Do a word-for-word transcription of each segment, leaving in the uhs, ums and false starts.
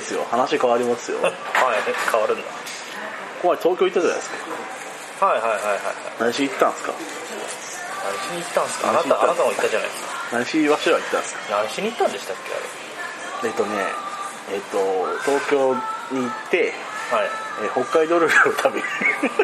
ですよ、話変わりますよ。 はい、変わるんだ。 ここまで東京行ったじゃないですか。 はいはいはいはい。 何しに行ったんですか。 何しに行ったんですか。あなたあなたも行ったじゃないですか。 何しわしら行ったんですか。 何しに行ったんでしたっけあれ。 えっとねえっと東京に行って、 はい、 えー、北海道料理を食べに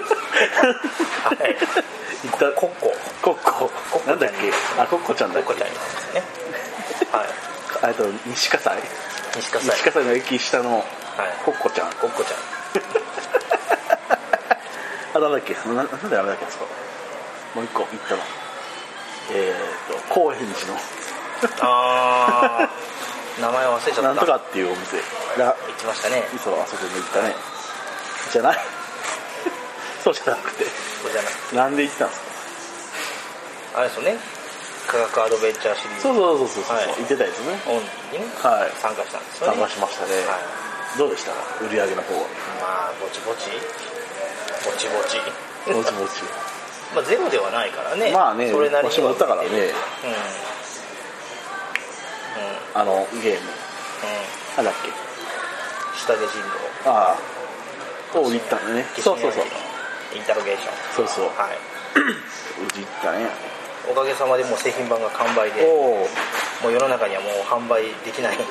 はい行った。 コッココッコなんだっけ。あ、コッコちゃんだっけ。 コッコちゃんですね。はい。 あと西葛西西葛西西葛西の駅下のコッコちゃん、はい、 コッコちゃんあ、なんだっけ、な、なんであれだっけですか。もう一個行ったの。えーと、高円寺のあー、名前忘れちゃった。 なんとかっていうお店が行きましたね。 そう、あそこに行ったね。じゃないそうじゃなくて。 そうじゃなくて。 なんで行ったんですか。 あれですよね。科学アドベンチャーシリーズ。 そうそうそうそうそう、はい、行ってたやつね。 オンにね、はい、参加したんですよね。 参加しましたね。はい、どうでしたか、売り上げの方は。 まあぼちぼちぼちぼちぼちぼちまあゼロではないからね。 まあね、 それなりに私も売ったからね、うんうん、あのゲーム、うん、なんだっけ、 下で人狼、 ああを売ったんだね。そうそうそう、 インタロゲーション、 そうそう、 はい売りったね。 おかげさまでもう製品版が完売で、もう世の中にはもう販売できないね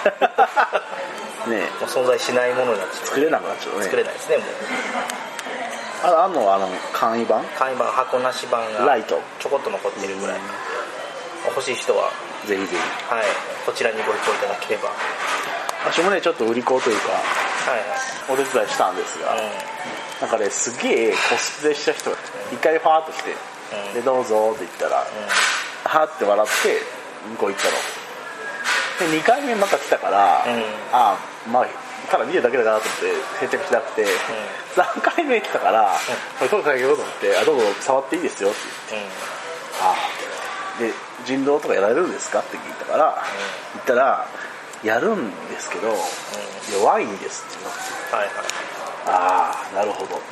え、 もう存在しないものになっちゃう。 作れなくなっちゃうね。 作れないですね、もう。 ああのあの簡易版簡易版、箱なし版がライトちょこっと残ってるぐらいなんで、欲しい人はぜひぜひ、 はい、こちらにご一報いただければ。 私もねちょっと売り子というか、 はいはい、 お手伝いしたんですが、うん、なんかねすげえコスプレした人が一回ファーっとして、うん、でどうぞって言ったら、うん、はーって笑って向こう行ったので、にかいめまた来たから、うん、ああまあただ見てるだけだなと思って接着しなくて、うん、さんかいめ来たから、うん、これ撮ってあげようと思って、あどうぞ触っていいですよって言って、うん、ああで人狼とかやられるんですかって聞いたから、うん、言ったらやるんですけど、うん、弱いんですって言って、はいはい、ああなるほど、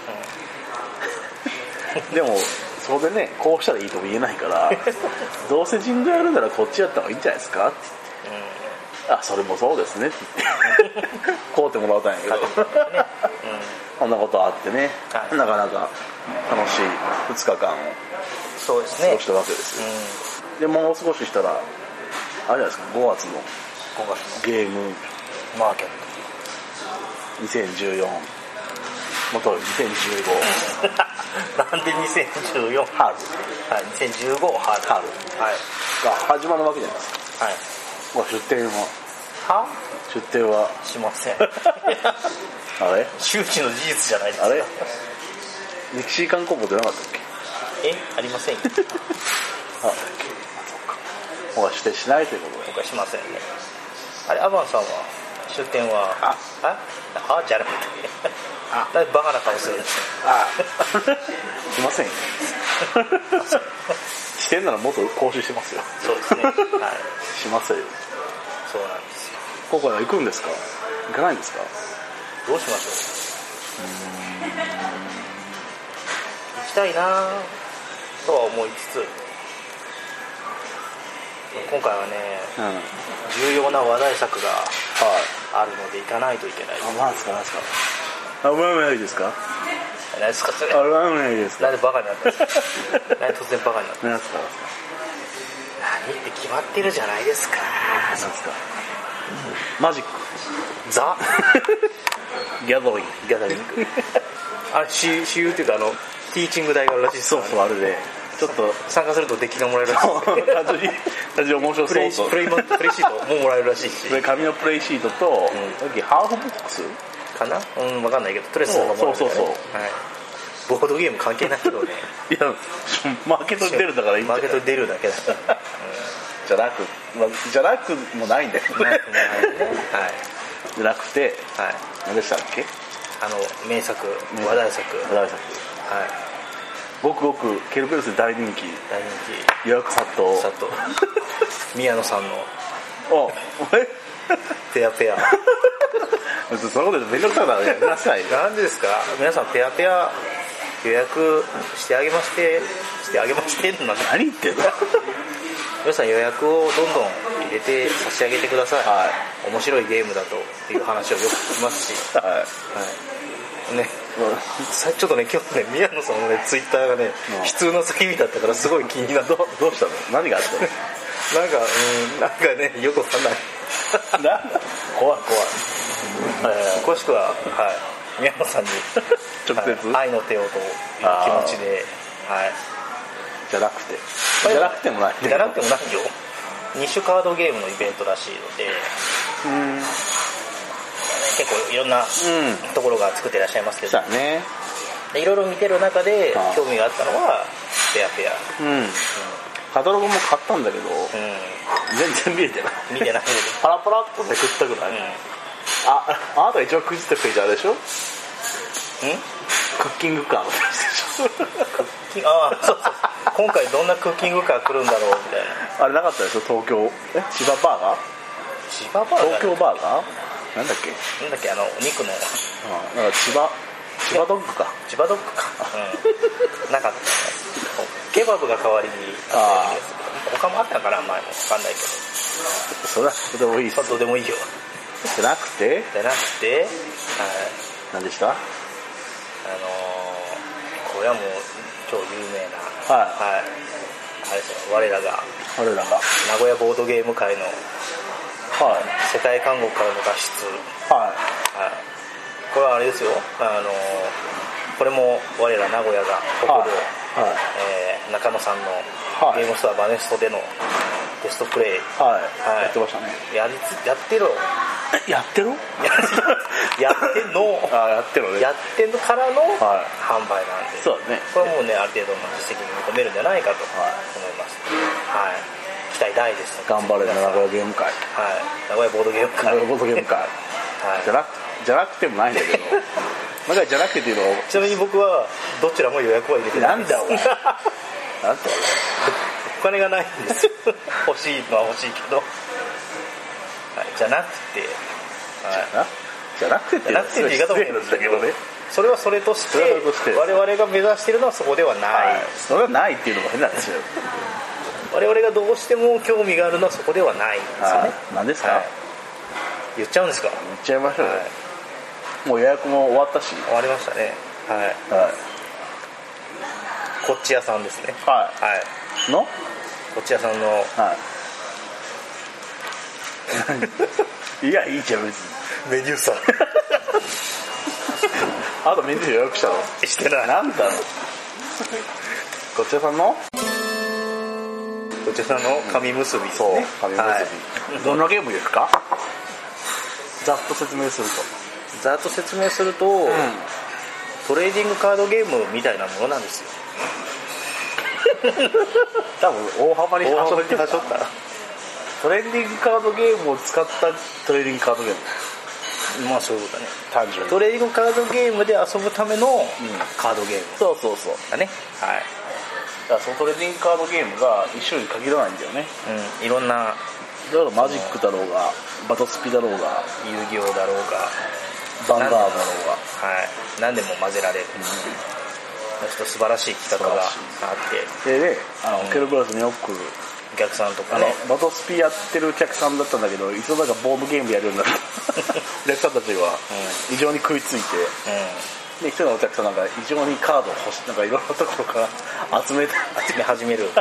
うん、でもそれでねこうしたらいいとも言えないからどうせ人狼やるならこっちやった方がいいんじゃないですかって言って、うん、あそれもそうですねって言って買うてもらったんやけど、ね、うん、こんなことあってね、はい、なかなか楽しいふつかかんをそうですね過ごしたわけですよ、うん、でもう少ししたらあれじゃないですか、ごがつのごがつのゲームマーケットにせんじゅうよん元にせんじゅうごなんでにせんじゅうよん春、 はい、にせんじゅうご春、 春、はい、が始まるわけじゃないですか、はい、まあ、出店はは出店はしませんあれ周知の事実じゃないですか。 あれミキシー観光部じゃなかったっけ。えありませんよああそうか、もう出店しないということで今回しませんね。あれアバンさんは出店はあああじゃなくてあだいぶバカな顔するんですあすいませんしてんならもっと講習してますよ。 そうですね、はい、 しますよ。 そうなんですよ。 今回は行くんですか行かないんですか。 どうしましょう。うーん行きたいなとは思いつつ今回はね、うん、重要な話題作があるので行かないといけない。 あ、なんですかなんですか。あ、うまいないですか。 何ですかそれ。 あ、うまいないですか。 なんでバカになったんですか。なんで突然バカになったんでですか。 なんですか。 何って決まってるじゃないですか。 なんですか。マジック。 ザ。 ギャザリング。 ギャザリング。あ、私有っていうかあのティーチング代があるらしいですからね。 そうそう、あれで。ちょっと参加するとデッキがもらえるらしい。 単純に単純に面白そうとプレイプレイプレイシートももらえるらしいし。 紙のプレイシートと、うん、ハーフボックスかな、うん、分かんないけどとりあえずそうそうそうそう、はい、 ボードゲーム関係ないけどね。いやマーケットに出るんだからいいんじゃない。 マーケットに出るだけだから、うん、 じゃなく、まあ、じゃなくもないんだよね。 はい、 じゃなくて、 はい、 何でしたっけ。 あの名作話題作話題作、はい、ごくごくケルベロスで大人気、 大人気、 予約殺到殺到宮野さんのおえペアペアそのことでめんどくさくなるやめなさい。 なんでですか。皆さんペアペア予約してあげましてしてあげましてんの。 何言ってんの。 皆さん予約をどんどん入れて差し上げてください、はい、面白いゲームだという話をよく聞きますし、はいはいね、ちょっとね今日ね宮野さんのねツイッターがね、うん、悲痛な叫びだったからすごい気になってどうしたの何があったのなんかうんなんかねよくわかんないなんだ怖い怖い、えー、詳しくは、はい、宮野さんに直接、 はい、愛の手をという気持ちで、はい、 じゃなくてじゃなくてもないじゃなくてもないよに種カードゲームのイベントらしいのでうーん結構いろんなところが作っていらっしゃいますけど、 うんね、 いろいろ見てる中で興味があったのはフェアフェア、うんうん、 カタログも買ったんだけど、うん、全然見えてない見てないパラパラっとめくったぐらい、うん、ああなたが一番くじったページあれでしょんクッキングカーのページでしょクッキングああそうそう今回どんなクッキングカー来るんだろうみたいなあれなかったでしょ東京え千葉バーガー千葉バーガー東京バーガーなんだっけなんだっけあのお肉のあなんか千葉千葉ドッグか千葉ドッグか、うん、なかったねケバブが代わりにあった他もあったのかな前も分かんないけどそれはどうでもいいっすどうでもいいよじゃなくてじゃなくてはい何でしたあのー、これはもう超有名なはい、はい、あれですよ我らが我らが名古屋ボードゲーム界のはい、世界監獄からの脱出、はいはい、これはあれですよあのこれも我ら名古屋が誇る、はいはいえー、中野さんのゲームストアバネストでのテストプレイ、はいはい、やってましたねやりつやってろやってろやってんのあやってろねやってんのからの販売なんで、 そうだねこれはもうねある程度の実績に認めるんじゃないかと思います、はいはい期待大です。 頑張れ名古屋ゲーム会。はい。 名古屋ボードゲーム会。 名古屋ボードゲーム会。はい。じゃなじゃなくてもないんだけど。まだじゃなくてっていうのを。 ちなみに僕はどちらも予約は入れてないです。 なんだお前。なんだお金がないんです。欲しいのは欲しいけど。はい。じゃなくて。 はい。じゃなくてってじゃなくてって言い方も変ですけどね。それはそれとして我々が目指しているのはそこではない。はい、 それはないっていうのが変なんですよ。 我々がどうしても興味があるのはそこではないんですよね。 何ですか、はい、 言っちゃうんですか。 言っちゃいましょう、ねはい、もう予約も終わったし終わりましたね。はい、はい、こっち屋さんですね。 はい、はい、のこっち屋さんの、はい、 いやいいじゃん別にメニューさあとメニュー予約したのしてない。 なんだろうこっち屋さんのこちらの紙結びですね、 うん、そう紙結び、はい、どんなゲームですかざっと説明するとざっと説明すると、うん、トレーディングカードゲームみたいなものなんですよ多分大幅にはしょったトレーディングカードゲームを使ったトレーディングカードゲームまあそういうことだね単純にトレーディングカードゲームで遊ぶためのカードゲーム、うん、 そうそうそうだねはいだからそのトレーディングカードゲームが一種類に限らないんだよね、 うん、いろんなだからマジックだろうがバトスピだろうが遊戯王だろうがバンガードだろうがはい何でも混ぜられる、うん、ちょっと素晴らしい企画があってでねあの、うん、ケルブラスによくお客さんとかねバトスピやってるお客さんだったんだけどいつの間にかボードゲームやるようになったお客さんたちは異常に食いついて、うん、で一人のお客さんなんか異常にカードを欲しなんかいろんなところから集めて集め始める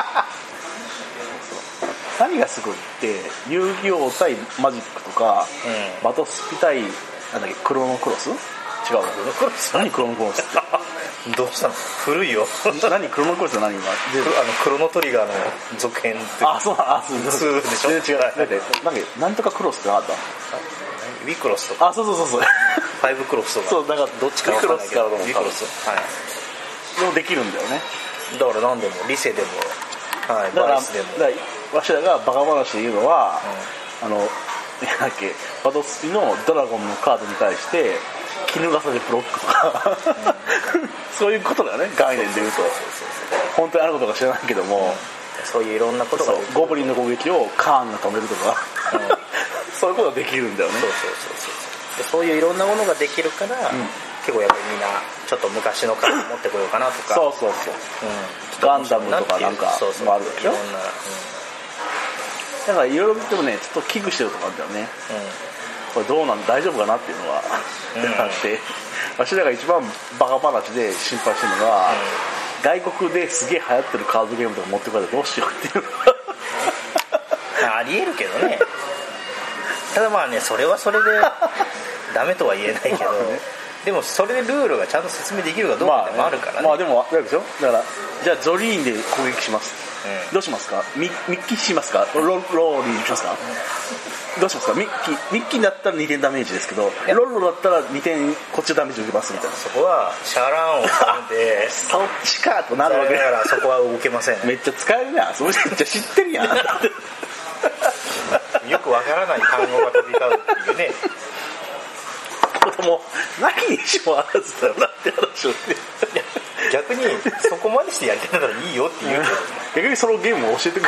何がすごいって遊戯王対マジックとか、うん、バトスピ対なんだっけクロノクロス違うクロノクロス何クロノクロスってどうしたの古いよ何クロノクロスって何今あのクロノトリガーの続編ってあそうあそうそうでしょ全然違うだってなんかなんとかクロスってなかったウィクロスとかあそうそうそうそうファイブクロスとかそうなんかどっちか分かんないけどウィクロスはいでもできるんだよねだから何でもリセでもはいだからバイスでもだからわしらがバカ話で言うのは、うん、あのなんだっけバトスピのドラゴンのカードに対して絹笠でブロックとか、うん、そういうことだよね概念で言うと本当にあることか知らないけども、うん、 そういういろんなことがそうゴブリンの攻撃をカーンが止めるとか、うん、そういうことができるんだよねそうそうそうそうでそういういろんなものができるから、うん、結構やっぱりみんなちょっと昔のカード持ってこようかなとかそうそうそう、うん、ガンダムとかなんかもあるでしょいろんな、うん、 だからいろいろ見てもねちょっと危惧してるとこあるんだよね、うん、これどうなん大丈夫かなっていうのは、うん、あって私らが一番バカ話で心配してるのが、うん、外国ですげえ流行ってるカードゲームとか持ってこられてどうしようっていうありえるけどね。ただまあねそれはそれでダメとは言えないけど、ね、でもそれでルールがちゃんと説明できるかどうかでもあるからね。 まあ、ね、まあでもあれでしょ。だからじゃあゾリーンで攻撃します、うん、どうしますか。ミミッキーしますか。ロローリーしますか、うん、どうしますか。ミッキーミッキーだったらにてんダメージですけどロロだったらにてんこっちダメージ受けますみたいな。 そこはシャランを踏んでそっちかとなるわけだからそこは動けません、ね、 めっちゃ使えるな。それめっちゃ知ってるやんよくわからない単語が飛び交うっていうね。 もう何にしもあらずだよなって話をして逆にそこまでしてやりたいならいいよっていう逆にそのゲームを教えてくれ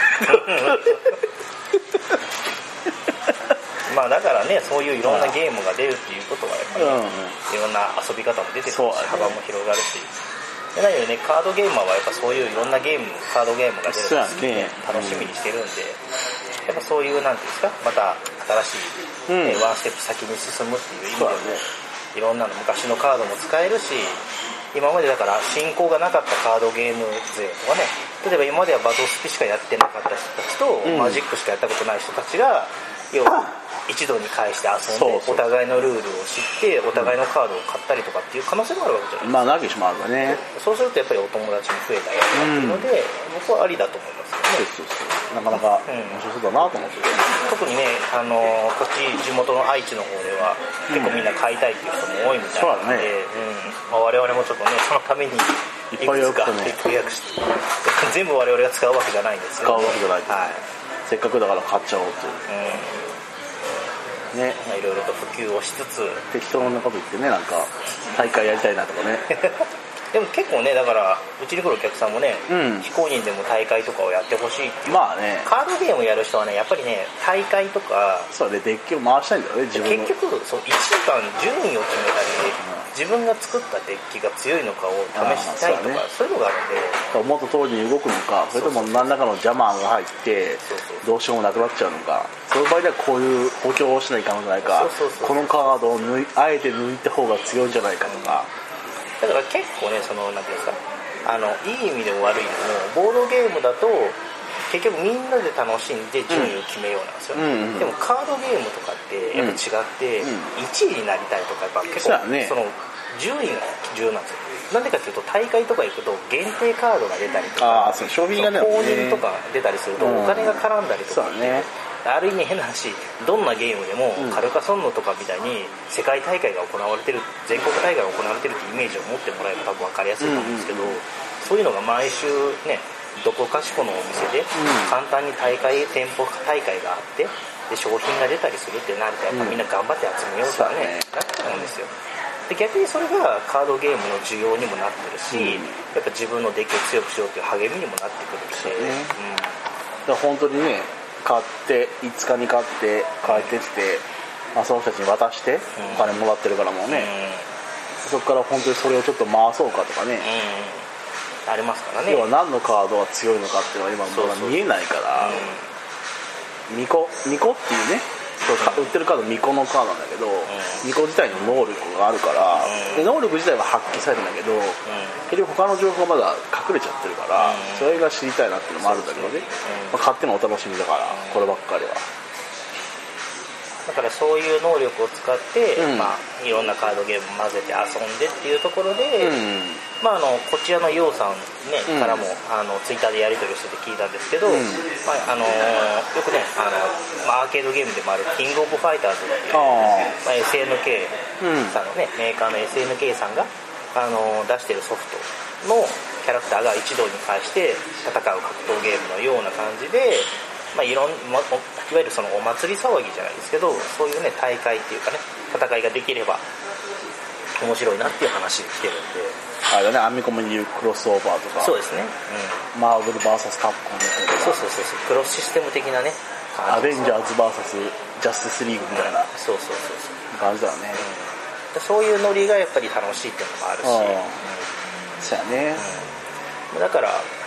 まあだからねそういういろんなゲームが出るっていうことはやっぱり、ね、うんうん、いろんな遊び方も出てくるし、ね、幅も広がるしでないよね。カードゲーマーはやっぱそういういろんなゲームカードゲームが出るので、ね、楽しみにしてるんで、やっぱそういうなんていうんですかまた新しい、うんえー、ワンステップ先に進むっていう意味でも、ね、いろんなの昔のカードも使えるし今までだから進行がなかったカードゲーム勢とかね例えば今まではバトスピしかやってなかった人たちと、うん、マジックしかやったことない人たちが要は一度に返して遊んでお互いのルールを知ってお互いのカードを買ったりとかっていう可能性もあるわけじゃないですか。 まあなきしもあるわね。 そうするとやっぱりお友達も増えたりとかっていうので、うん、僕はありだと思いますよね。 そうそうそうなかなか面白そうだなと思って、うん、 特にねあのこっち地元の愛知の方では結構みんな買いたいっていう人も多いみたいなので、うんうんまあ、我々もちょっとねそのためにいくつか契約して全部我々が使うわけじゃないんですよ、 使うわけじゃない、はい、せっかくだから買っちゃおうという、うんね、 いろいろと普及をしつつ適当なこと言ってねなんか大会やりたいなとかねでも結構ねだからうちに来るお客さんもね、うん、非公認でも大会とかをやってほしいっていう、 まあね、 カードゲームやる人はねやっぱりね大会とかそうねデッキを回したいんだよね自分の結局そういちじかん順位を決めたり、うん、自分が作ったデッキが強いのかを試したいとかそう、ね,、いうのがあるんでもっと通りに動くのかそれとも何らかの邪魔が入ってどうしようもなくなっちゃうのかそういう場合ではこういう補強をしないかんじゃないかこのカードを抜いあえて抜いた方が強いんじゃないかとか、 うん、だから結構ねそのなんていうんですかあのいい意味でも悪い意味でもボードゲームだと結局みんなで楽しんで順位を決めようなんですよ、うんうんうん、でもカードゲームとかってやっぱ違って、うん、いちいになりたいとかやっぱ結構そ、ね,、の順位が重要なんですよ。なんでかっていうと大会とか行くと限定カードが出たりとかあそう商品がね公認とか出たりするとお金が絡んだりとか、うんね、ある意味変な話どんなゲームでもカルカソンヌとかみたいに世界大会が行われてる全国大会が行われてるってイメージを持ってもらえば多分分かりやすいと思うんですけど、うんうんうん、そういうのが毎週ねどこかしこのお店で簡単に大会店舗大会があってで商品が出たりするってなるとやっぱみんな頑張って集めようとかね、うん、なってたんですよ。で逆にそれがカードゲームの需要にもなってるし、うん、やっぱ自分のデッキを強くしようという励みにもなってくるし、ねうん、 だから本当にね買っていつかに買って帰ってきて、まあ、その人たちに渡してお金もらってるからもうね、うん、そこから本当にそれをちょっと回そうかとかね、 うん、ありますからね。 要は何のカードが強いのかっていうのは今まだ見えないから、ミコミコっていうね売ってるカードミコのカードなんだけど、うん、ミコ自体の能力があるから、うん、で能力自体は発揮されるんだけど、うん、結局他の情報がまだ隠れちゃってるから、うん、それが知りたいなっていうのもあるんだけどね、うんまあ、買ってのお楽しみだから、うん、こればっかりはだからそういう能力を使って、うんまあ、いろんなカードゲーム混ぜて遊んでっていうところで、うんまあ、あのこちらのヨウさん、ねうん、からもあのツイッターでやり取りをしてて聞いたんですけど、うんまああのよくねあの、まあ、アーケードゲームでもあるキングオブファイターズっていう、まあ、エスエヌケー さんの、ね、メーカーの エスエヌケー さんがあの出してるソフトのキャラクターが一堂に会して戦う格闘ゲームのような感じでまあ、いろんま、いわゆるそのお祭り騒ぎじゃないですけどそういうね大会っていうかね戦いができれば面白いなっていう話で来てるんであれだねアメコミに言うクロスオーバーとかそうですね、 うん、マーブル ブイエス カプコンとかそうそうそうそうクロスシステム的なねアベンジャーズ ブイエス ジャスティスリーグみたいな、うん、 そうそうそうそう感じだね、 うん、そういうノリがやっぱり楽しいっていうのもあるし、 うん、そうやね、 うん、だから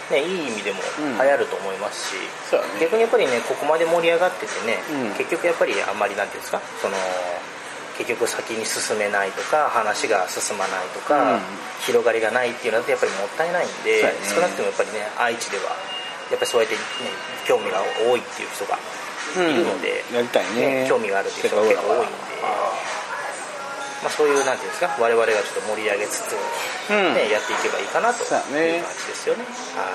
ね、いい意味でも流行ると思いますし、 うんね、 逆にやっぱりねここまで盛り上がっててね、うん、結局やっぱりあんまりなんていうんですかその結局先に進めないとか話が進まないとか、うん、広がりがないっていうのはやっぱりもったいないんで、ね、少なくともやっぱりね愛知ではやっぱりそうやって、ね、興味が多いっていう人がいるので、 うん、やりたいね、 興味があるっていう人が結構多いんで、まあ、そういうなんていうんですか我々がちょっと盛り上げつつ、ねうん、やっていけばいいかなという感じですよね。はい、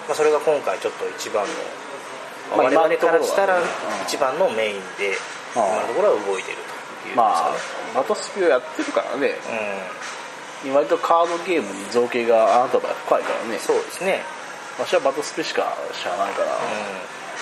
まあ、それが今回ちょっと一番の、まあ、我々からしたら一番のメインで今のところは動いているという、ね、 まあバトスピをやってるからね、うん、割とカードゲームに造形があなたは深いからね。 そうですね。 私はバトスピしか知らないから、うん、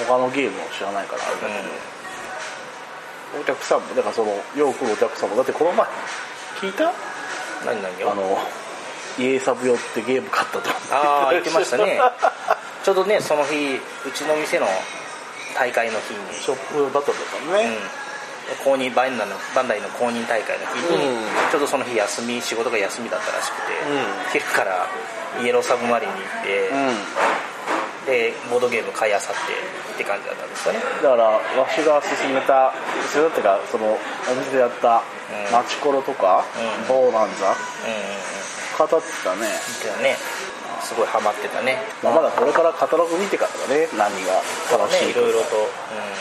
他のゲームを知らないからあれだけど、うん、お客さんもだからそのよく来るお客さんもだってこの前聞いた？ 何何よ？ あの家サブ用ってゲーム買ったと。 ああ言ってましたね。ちょうどねその日うちの店の大会の日にショップバトルだったのね。 うん、公認バンダイのバンダイの公認大会の日に、うん、ちょうどその日休み仕事が休みだったらしくて、うん、昼からイエローサブマリンに行って、うん、でボードゲーム買いあさってって感じだったんですよね。 だからわしが勧めたそれだってかそのお店でやったマチコロとか、うん、ボーナンザ、うん、語ってたね。 言ってたね。すごいハマってたね。 まあ、まだこれからカタログ見てからだね何が楽しいか、 ね、いろいろと、うん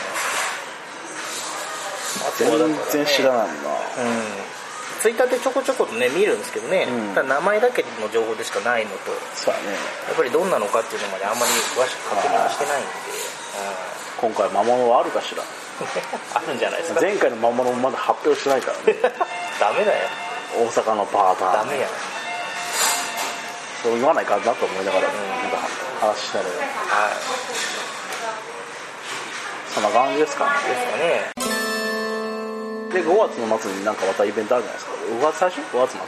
全然知らないもんな、うん、 ツイッターでちょこちょことね見るんですけどね、うん、ただ名前だけの情報でしかないのとそうだねやっぱりどんなのかっていうのまであんまり詳しく確認はしてないんで、 うん、今回魔物はあるかしらあるんじゃないですか。 前回の魔物もまだ発表してないからねダメだよ大阪のパーターダメやそう言わないかなと思いながら、うん、なんか話したらよ、はい、そんな感じですかね。 ですかね。 でごがつの末になんかまたイベントあるじゃないですか。ごがつ最初？ごがつ末？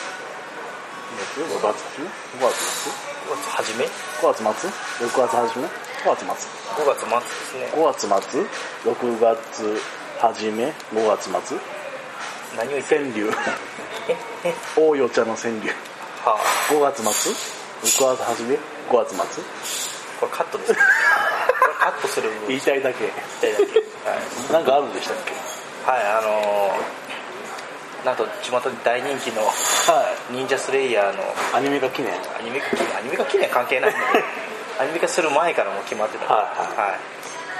ごがつ最初？ごがつ末？ ごがつ初め？ ごがつ末？ろくがつ初め？ごがつ末？ ごがつ末ですね。 ごがつ末？ろくがつ初め？ごがつ末？ 何を言って川柳大与茶の川柳、はあ、ごがつ末？ろくがつ初め？ごがつ末？ これカットですねこれカットする言いたいだけ言いたいだけ、はい、 なんかあるんでしたっけ。 はいあのー、なんと巷で大人気の忍者スレイヤーのアニメ化記念アニメ化記念アニメ化記念関係ないんだけどアニメ化する前からも決まってた、はいはい、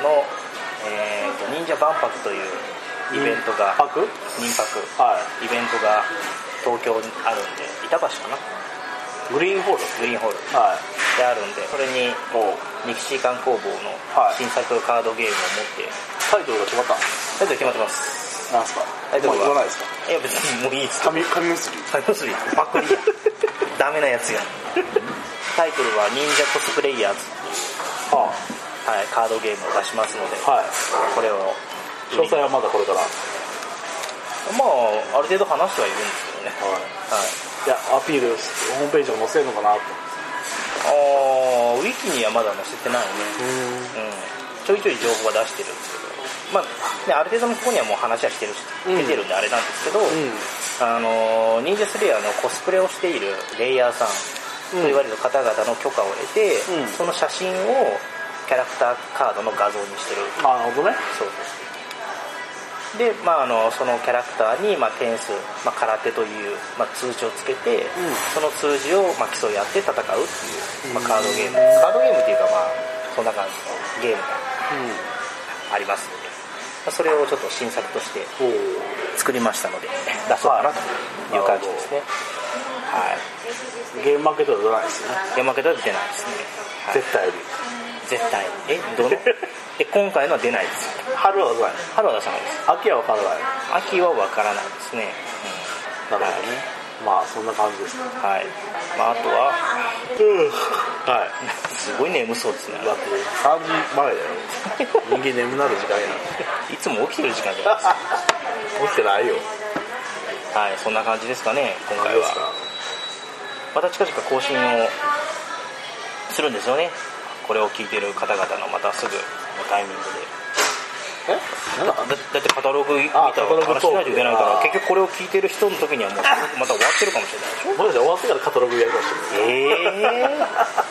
の、えーと、忍者万博というイベントが泊忍泊、はい、イベントが東京にあるんで板橋かなグリーンホールグリーンホール、 はい、 であるんでそれにミキシーカン工房の新作カードゲームを持って、 タイトルが決まったの？ タイトル決まってます。 なんすか？ タイトルは言わないですか？ いや別にもういいです。 紙紙結び紙結びパクリやダメなやつやタイトルは忍者コスプレイヤーズっていう、はあはい、カードゲームを出しますので、はい、これを詳細はまだこれからまあある程度話してはいるんですけどね、はいはい、 いやアピールホームページを載せるのかなと。 あウィキにはまだ載せてないね、うん、ちょいちょい情報は出してるんですけどまあね、ある程度のところにはもう話はしてるし、うん、出てるんであれなんですけど、うん、あの忍者スレイヤーのコスプレをしているレイヤーさんと言われる方々の許可を得て、うん、その写真をキャラクターカードの画像にしてる。 あなるほどね。 そうで、まあ、あのそのキャラクターに、まあ、点数、まあ、空手という、まあ、通知をつけて、その数字を、まあ、競い合って戦うっていう、まあ、カードゲームカードゲームっていうか、まあ、そんな感じのゲームがありますので、それをちょっと新作として作りましたので出そうかなという感じですね。はい。 ゲームマーケットは出ないですね。 ゲームマーケットは出ないですね。 はい、絶対に。 絶対に。え、どのえ、今回のは出ないです。 春は出ない。 春は出さないです。 秋は分からない。 秋は分からないですね。 うん、なるほどね。はい、まあそんな感じですね。 はい。まああとは、 うん、はい。 すごい眠そうですね。 だってさんじまえだよ。人間眠なる時間や。 いつも起きてる時間じゃないですか。 起きてないよ。 はい、そんな感じですかね。今回は。また近々更新をするんですよね。これを聞いてる方々のまたすぐのタイミングで。 えなんだだ, だってカタログ見たら話しないといけないから結局これを聞いてる人の時にはもうまた終わってるかもしれないでしょ。 もしかしたら終わってからカタログやるかもしれない。 えー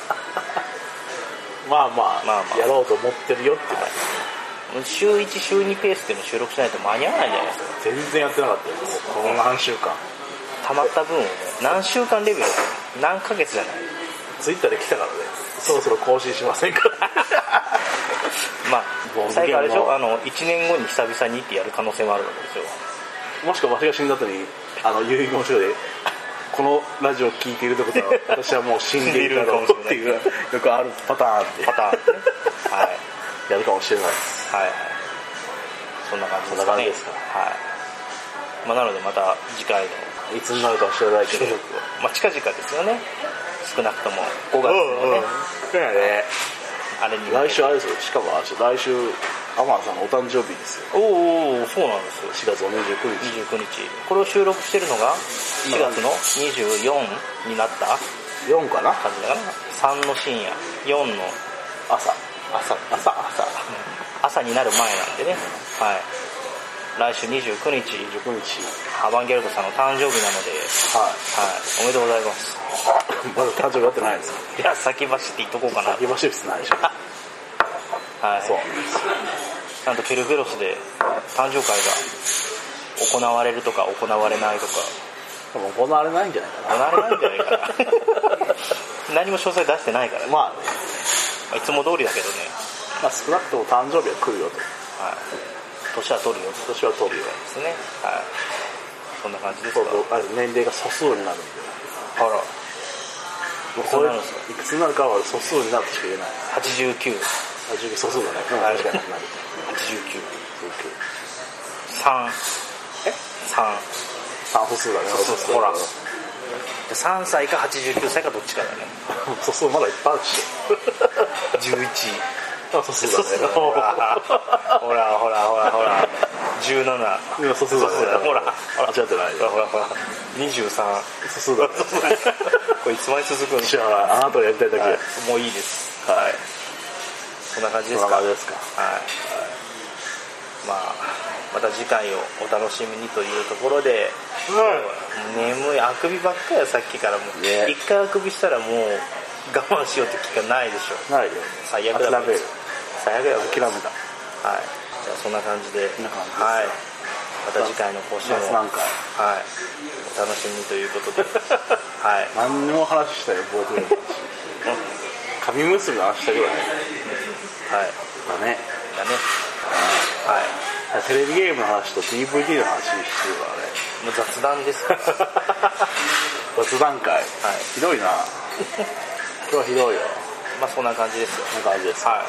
まあまあ、まあまあ、やろうと思ってるよって感じ。週いち週にペースでも収録しないと間に合わないじゃないですか。 全然やってなかったよこの何週間溜まった分をね何週間レベル何ヶ月じゃない。 ツイッターで来たからねそろそろ更新しませんかまあ最後あれでしょ、あのいちねんごに久々にってやる可能性もあるわけですよ。 もしくは私が死んだ後にあの遺言書でこのラジオを聞いているということは私はもう死んでいるだろうっていうよくあるパターンでパターンねはいやるかもしれないです。 はいはいそんな感じですかね。そんな感じですか。はいまあなのでまた次回のいつになるかは知らないけどまあ近々ですよね。少なくともごがつのね、うんうん、 ねあれに来週あれですよ。しかも来週アマンさんのお誕生日ですよ。 おおそうなんですよ。 しがつのにじゅうくにちにじゅうくにちこれを収録してるのがしがつのにじゅうよっかになったよんかな感じだかな。さんの深夜よんの朝朝朝朝朝になる前なんでね。はい来週にじゅうくにちにじゅうくにちアバンギャルドさんの誕生日なので、はい、はい、おめでとうございます。 まだ誕生日やってないんですか。 いや先走って言っとこうかな。 先走りってないでしょはいそうちゃんとケルベロスで誕生会が行われるとか行われないとか多分行われないんじゃないかな。 行われないんじゃないかな何も詳細出してないから、ね、 まあ、ね、 まあいつも通りだけどね、 まあ、少なくとも誕生日は来るよと、 はい年は取るよ年は取るよですね。はいそんな感じですか。 年齢が素数になるんであらいくつになるんですか。いくつになるかは素数になるとしか言えない。 はちじゅうきゅうはちじゅうきゅう素数だね、うん、確かになるはちじゅうきゅうさんえさんさん素数だね。 素数ほらさんさいかはちじゅうきゅうさいかどっちかだね素数まだいっぱいあるしじゅういちあ素数だねほらほらほらほらほらじゅうなな今素数だねほら間違ってないよほらほらにじゅうさん素数だねこれいつまで続くんですか。 あなたがやりたいだけ、はい、 もういいですはいそんな感じですか。 そんな感じですか。 はい、はい、まあまた次回をお楽しみにというところで、うん、眠いあくびばっかりはさっきからもう、ね、一回あくびしたらもう我慢しようって気がないでしょ。 ないよ最悪だ諦める最悪だ諦めた。はいじゃあそんな感じでそんな感じです、 はい、また次回の更新を、 はい、 お楽しみにということではい何の話したよボードゲームの話紙結びの話したぐらいはいだねだね、うん、はいテレビゲームの話と ディーブイディー の話してるからね。 もう雑談です雑談会、はい、ひどいな今日はひどいよ。 まあそんな感じですよ。 そんな感じです、 はい、はい、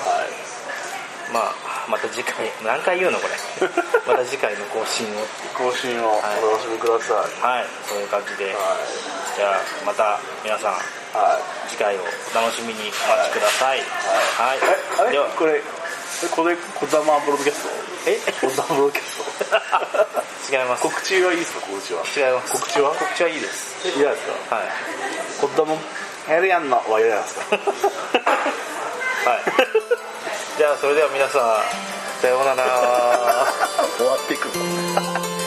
まあまた次回何回言うのこれまた次回の更新を更新をお楽しみください。 はい、はい、そういう感じで、はい、じゃあまた皆さん、はい、次回をお楽しみにお待ちください。はい、はい、 あれではこれこれこだまブロードキャストえこだまブロードキャスト違います。 告知はいいですか。告知は違います。 告知は告知はいいです。 いいですか。はいこだまやるやんのはやるやんですかはいじゃあそれでは皆さんさようなら終わっていく